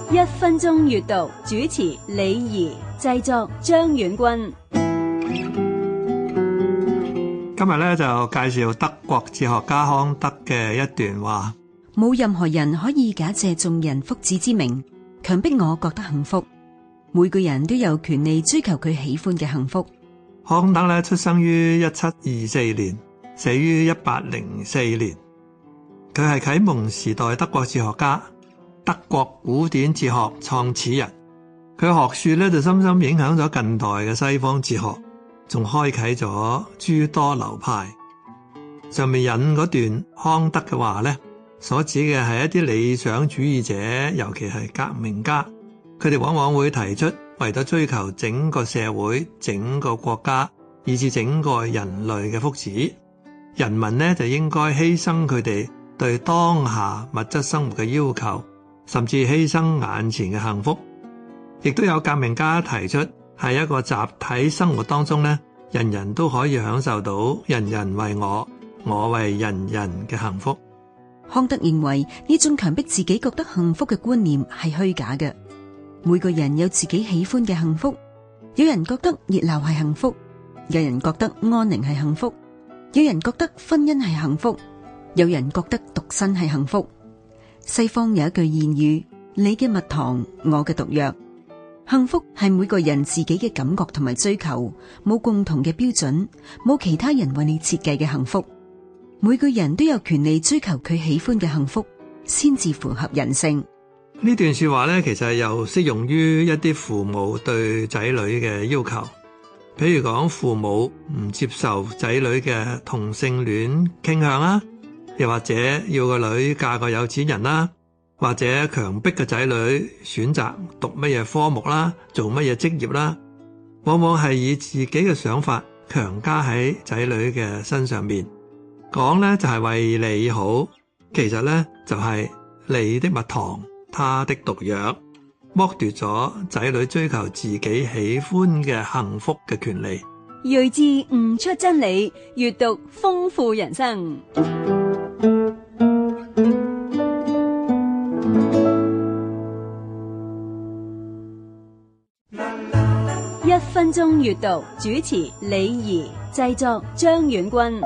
1分鐘閱讀，主持李儀，製作張遠軍。 今日咧就介紹德國哲學家康德嘅一段話： 冇任何人可以假借眾人福祉之名，強迫我覺得幸福。每個人都有權利追求佢喜歡嘅幸福。 康德咧出生於1724年，死於1804年。佢係啟蒙時代德國哲學家，德國古典哲學創始人。佢學說咧就深深影響咗近代嘅西方哲學，仲開啟咗諸多流派。上面引嗰段康德嘅話咧，所指嘅係一啲理想主義者，尤其係革命家。佢哋往往會提出，為咗追求整個社會、整個國家，以至整個人類嘅福祉，人民呢就應該犧牲佢哋對當下物質生活嘅要求，甚至犧牲眼前嘅幸福。亦都有革命家提出，喺一個集體生活當中呢，人人都可以享受到人人為我，我為人人嘅幸福。 康德認為呢種強迫自己覺得幸福嘅觀念係虛假嘅。每個人有自己喜歡嘅幸福，有人覺得熱鬧係幸福，有人覺得安寧係幸福，有人覺得婚姻係幸福，有人覺得獨身係幸福。西方有一句諺語：你嘅蜜糖，我嘅毒藥。幸福係每個人自己嘅感覺同埋追求，冇共同嘅標準，冇其他人為你設計嘅幸福。每個人都有權利追求佢喜歡嘅幸福，先至符合人性。 呢段說話咧，其實又適用於一啲父母對仔女嘅要求。譬如講，父母唔接受仔女嘅同性戀傾向啦，又或者要個女嫁個有錢人啦，或者強迫個仔女選擇讀乜嘢科目啦，做乜嘢職業啦，往往係以自己嘅想法強加喺仔女嘅身上面，講咧就係為你好，其實咧就係你的蜜糖，他的毒藥，剝奪咗仔女追求自己喜歡嘅幸福嘅權利。 睿智悟出真理，閱讀豐富人生。1分鐘閱讀，主持李儀，製作張遠軍。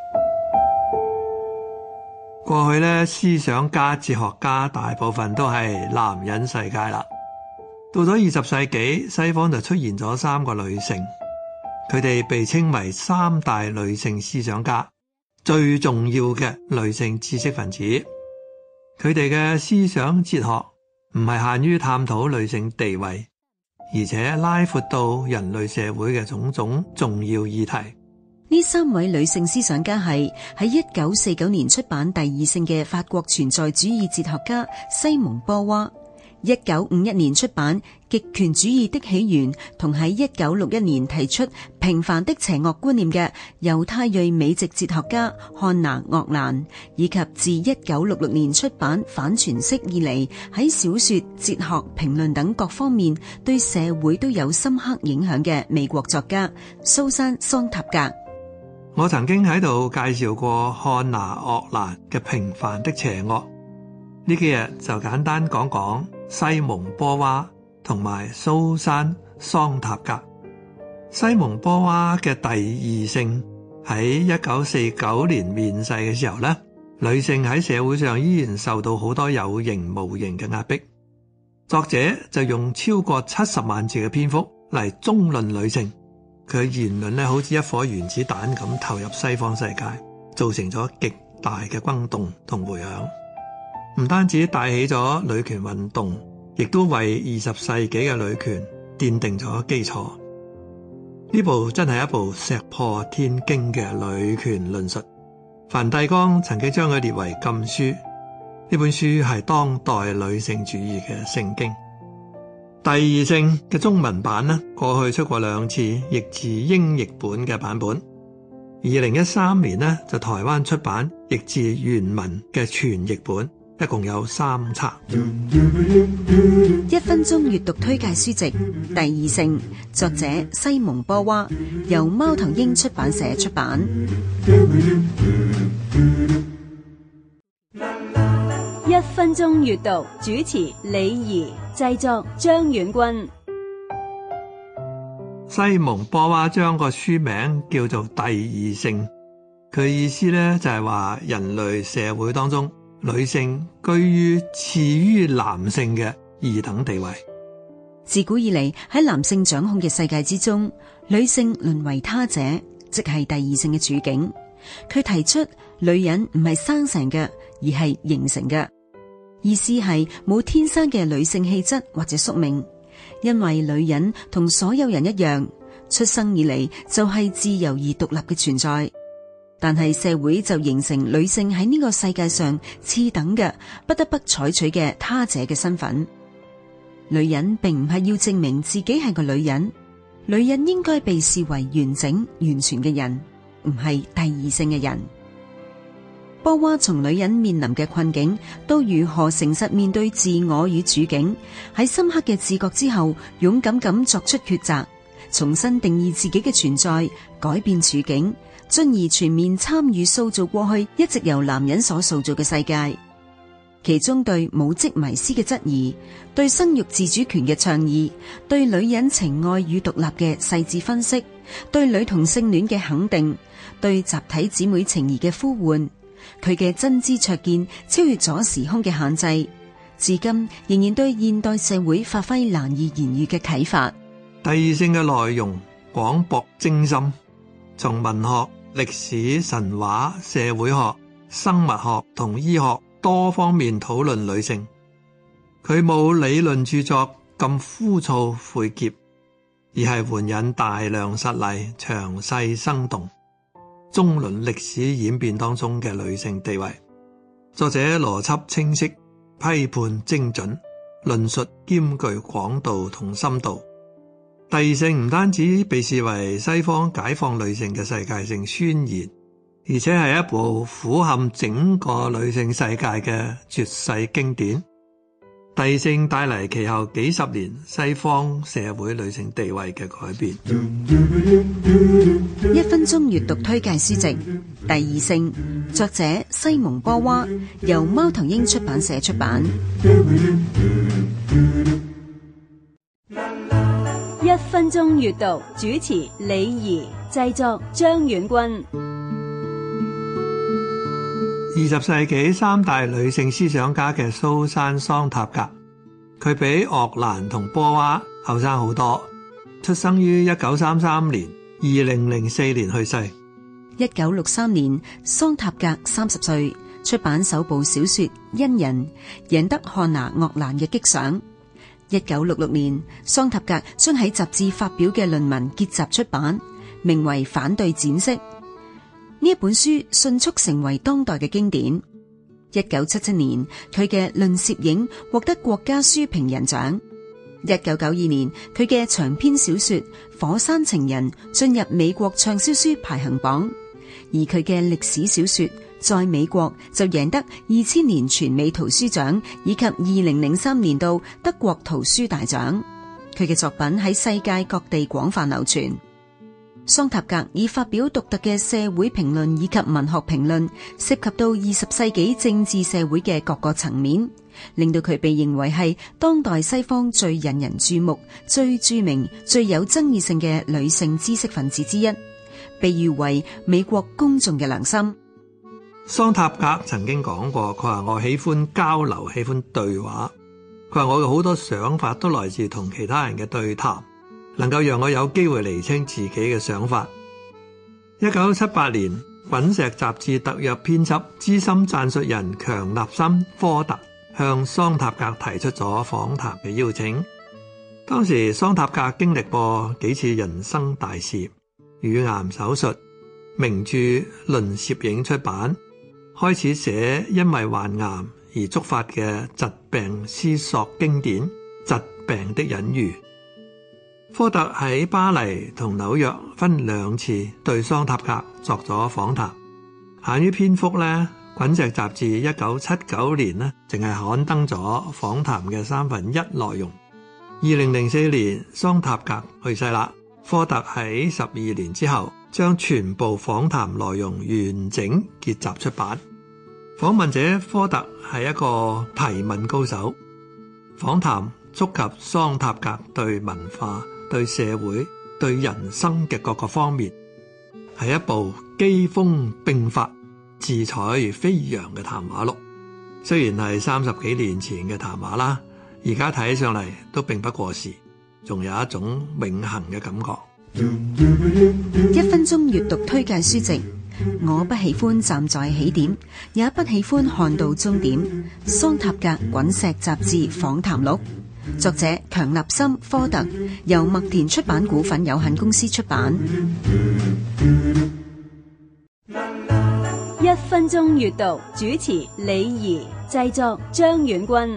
過去咧，思想家、哲學家大部分都係男人世界啦。到咗20世紀，西方就出現咗3個女性，佢哋被稱為3大女性思想家，最重要嘅女性知識分子。佢哋嘅思想哲學唔係限於探討女性地位，而且拉闊到人類社會嘅種種重要議題。 呢3位女性思想家係喺1949年出版第2性嘅法國存在主義哲學家西蒙波娃，1951年出版極權主義的起源，同喺1961年提出平凡的邪惡觀念嘅猶太裔美籍哲學家漢娜·鄂蘭，以及自1966年出版反詮釋以嚟喺小說、哲學、評論等各方面對社會都有深刻影響嘅美國作家蘇珊·桑塔格。 我曾經喺度介紹過漢娜·鄂蘭嘅平凡的邪惡，呢幾日就簡單講講西蒙波娃同埋蘇珊·桑塔格。西蒙波娃嘅第2性喺1949年面世嘅時候呢，女性喺社會上依然受到好多有形無形嘅壓迫。作者就用超過70萬字嘅篇幅嚟中論女性。佢嘅言論咧，好似一顆原子彈咁投入西方世界，造成咗極大嘅轟動同迴響。唔單止帶起咗女權運動，亦都為20世紀嘅女權奠定咗基礎。呢部真係一部石破天驚嘅女權論述。梵蒂岡曾經將佢列為禁書。呢本書係當代女性主義嘅聖經。第2性嘅中文版呢，過去出過2次，譯自英譯本嘅版本。2013年呢，就台灣出版譯自原文嘅全譯本，一共有3冊。 1分鐘閱讀推介書籍《第2性》，作者西蒙波娃，由貓頭鷹出版社出版。 1 分鐘閱讀，主持李怡，製作張遠軍。 西蒙波娃將個書名叫做第二性，佢意思咧就係話人類社會當中女性居於次於男性嘅二等地位。 自古以嚟喺男性掌控嘅世界之中，女性淪為他者，即係第二性嘅處境。佢提出女人唔係生成嘅，而係形成嘅，意思係冇天生嘅女性氣質或者宿命，因為女人同所有人一樣，出生以嚟就係自由而獨立嘅存在。但係社會就形成女性喺呢個世界上次等嘅，不得不採取嘅他者嘅身份。女人並唔係要證明自己係個女人，女人應該被視為完整完全嘅人，唔係第二性嘅人。波娃從女人面臨嘅困境到如何誠實面對自我與處境，喺深刻嘅自覺之後，勇敢咁作出抉擇，重新定義自己嘅存在，改變處境，進而全面參與塑造過去一直由男人所塑造嘅世界。其中對母職迷思嘅質疑，對生育自主權嘅倡議，對女人情愛與獨立嘅細緻分析，對女同性戀嘅肯定，對集體姊妹情誼嘅呼喚，佢嘅真知灼見超越咗時空嘅限制，至今仍然對現代社會發揮難以言喻嘅啟發。 第二性嘅內容廣博精深，從文學、歷史、神話、社會學、生物學同醫學多方面討論女性。佢冇理論著作咁枯燥晦澀，而係援引大量實例，詳細生動，綜論歷史演變當中嘅女性地位。作者邏輯清晰，批判精準，論述兼具廣度同深度。第二性唔單止被視為西方解放女性嘅世界性宣言，而且係一部俯瞰整個女性世界嘅絕世經典。第二性帶嚟其後幾十年西方社會女性地位嘅改變。 一分鐘閱讀推介書籍《第二性》，作者西蒙波娃，由貓頭鷹出版社出版。 一分鐘閱讀，主持李怡，製作張遠軍。 20世紀三大女性思想家嘅蘇珊·桑塔格，佢比鄂蘭同波娃後生好多，出生於1933年，2004年去世。 1963年，桑塔格30歲，出版首部小說《恩人》，贏得漢娜·鄂蘭嘅激賞。1966年，桑塔格將喺雜誌發表嘅論文結集出版，名為《反對剪色》。呢一本書迅速成為當代嘅經典。1977年，佢嘅《論攝影》獲得國家書評人獎。1992年，佢嘅長篇小說《火山情人》進入美國暢銷書排行榜，而佢嘅歷史小說在美國就贏得2000年全美圖書獎以及2003年度德國圖書大獎。佢嘅作品喺世界各地廣泛流傳。桑塔格以發表獨特嘅社會評論以及文學評論，涉及到20世紀政治社會嘅各個層面，令到佢被認為係當代西方最引人注目、最著名、最有爭議性嘅女性知識分子之一，被譽為美國公眾嘅良心。 桑塔格曾經講過，佢話我喜歡交流，喜歡對話。佢話我嘅好多想法都來自同其他人嘅對談，能夠讓我有機會釐清自己嘅想法。1978年，滾石雜誌特約編輯、資深撰述人強納森科特向桑塔格提出咗訪談嘅邀請。當時桑塔格經歷過幾次人生大事，乳癌手術、名著《論攝影》出版，開始寫因為患癌而觸發嘅疾病思索經典《疾病的隱喻》。科特喺巴黎同紐約分2次對桑塔格作咗訪談。限於篇幅呢，滾石雜誌1979年呢淨係刊登咗訪談嘅1/3內容。2004年桑塔格去世啦，科特喺12年之後將全部訪談內容完整結集出版。 訪問者科特係一個提問高手，訪談觸及桑塔格對文化、對社會、對人生嘅各個方面，係一部機鋒迸發、智采飛揚嘅談話錄。雖然係30幾年前嘅談話啦，而家睇起上嚟都並不過時，仲有一種永恆嘅感覺。 1分鐘閱讀推介書籍，我不喜歡站在起點，也不喜歡看到終點。桑塔格滾石雜誌訪談錄，作者強納森科特，由麥田出版股份有限公司出版。 1分鐘閱讀，主持李怡，製作張遠軍。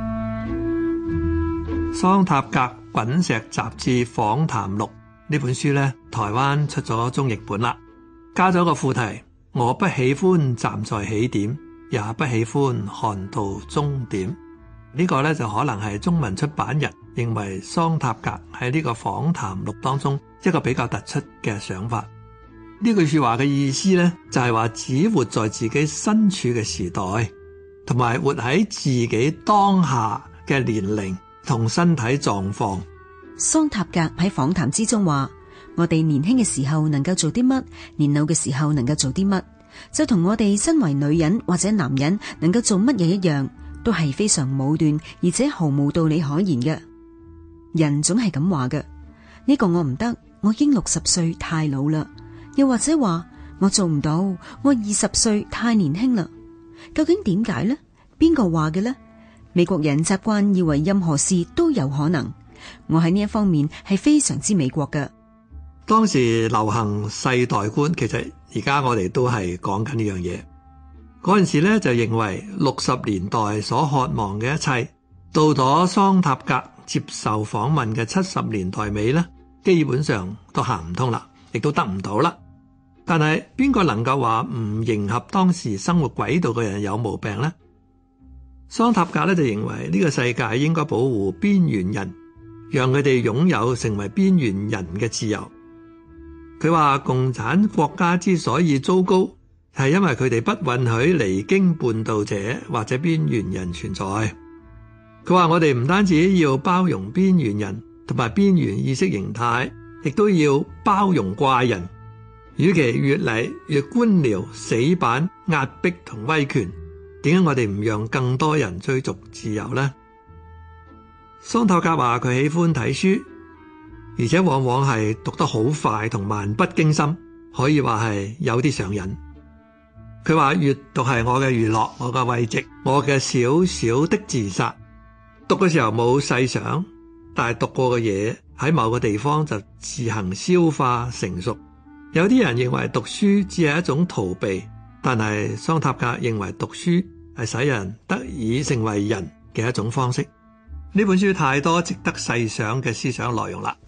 桑塔格滾石雜誌訪談錄呢本書呢，台灣出咗中譯本啦，加咗個副題：我不喜歡站在起點，也不喜歡看到終點。呢個呢，就可能係中文出版人認為桑塔格喺呢個訪談錄當中一個比較突出嘅想法。呢句說話嘅意思呢，就係話只活在自己身處嘅時代，同埋活喺自己當下嘅年齡同身體狀況。 桑塔格喺訪談之中話：我哋年輕嘅時候能夠做啲乜，年老嘅時候能夠做啲乜，就同我哋身為女人或者男人能夠做乜嘢一樣，都係非常武斷，而且毫無道理可言嘅。人總係咁話嘅，呢個我唔得，我已經60歲太老啦。又或者話我做唔到，我20歲太年輕啦。究竟點解呢？邊個話嘅呢？美國人習慣以為任何事都有可能，我喺呢一方面係非常之美國嘅。 當時流行世代觀，其實而家我哋都係講緊呢樣嘢。嗰陣時咧就認為60年代所渴望嘅一切，到咗桑塔格接受訪問嘅70年代尾咧，基本上都行唔通啦，亦都得唔到啦。但係邊個能夠話唔迎合當時生活軌道嘅人有毛病呢？桑塔格咧就認為呢個世界應該保護邊緣人，讓佢哋擁有成為邊緣人嘅自由。佢話共產國家之所以糟糕，係因為佢哋不允許離經叛道者或者邊緣人存在。佢話我哋唔單止要包容邊緣人同埋邊緣意識形態，亦都要包容怪人。與其越嚟越官僚、死板、壓迫同威權，點解我哋唔讓更多人追逐自由呢？桑塔格話佢喜歡睇書，而且往往係讀得好快同漫不經心，可以話係有啲上癮。佢話閱讀係我嘅娛樂，我嘅慰藉，我嘅小小的自殺。讀嘅時候冇細想，但係讀過嘅嘢喺某個地方就自行消化成熟。有啲人認為讀書只係一種逃避，但係桑塔格認為讀書係使人得以成為人嘅一種方式。呢本書太多值得細想嘅思想內容啦。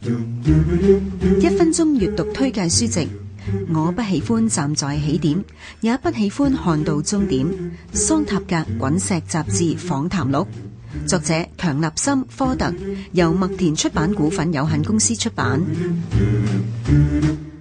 1分鐘閱讀推介書籍，我不喜歡站在起點，也不喜歡看到終點。桑塔格滾石雜誌訪談錄，作者強納森科特，由麥田出版股份有限公司出版。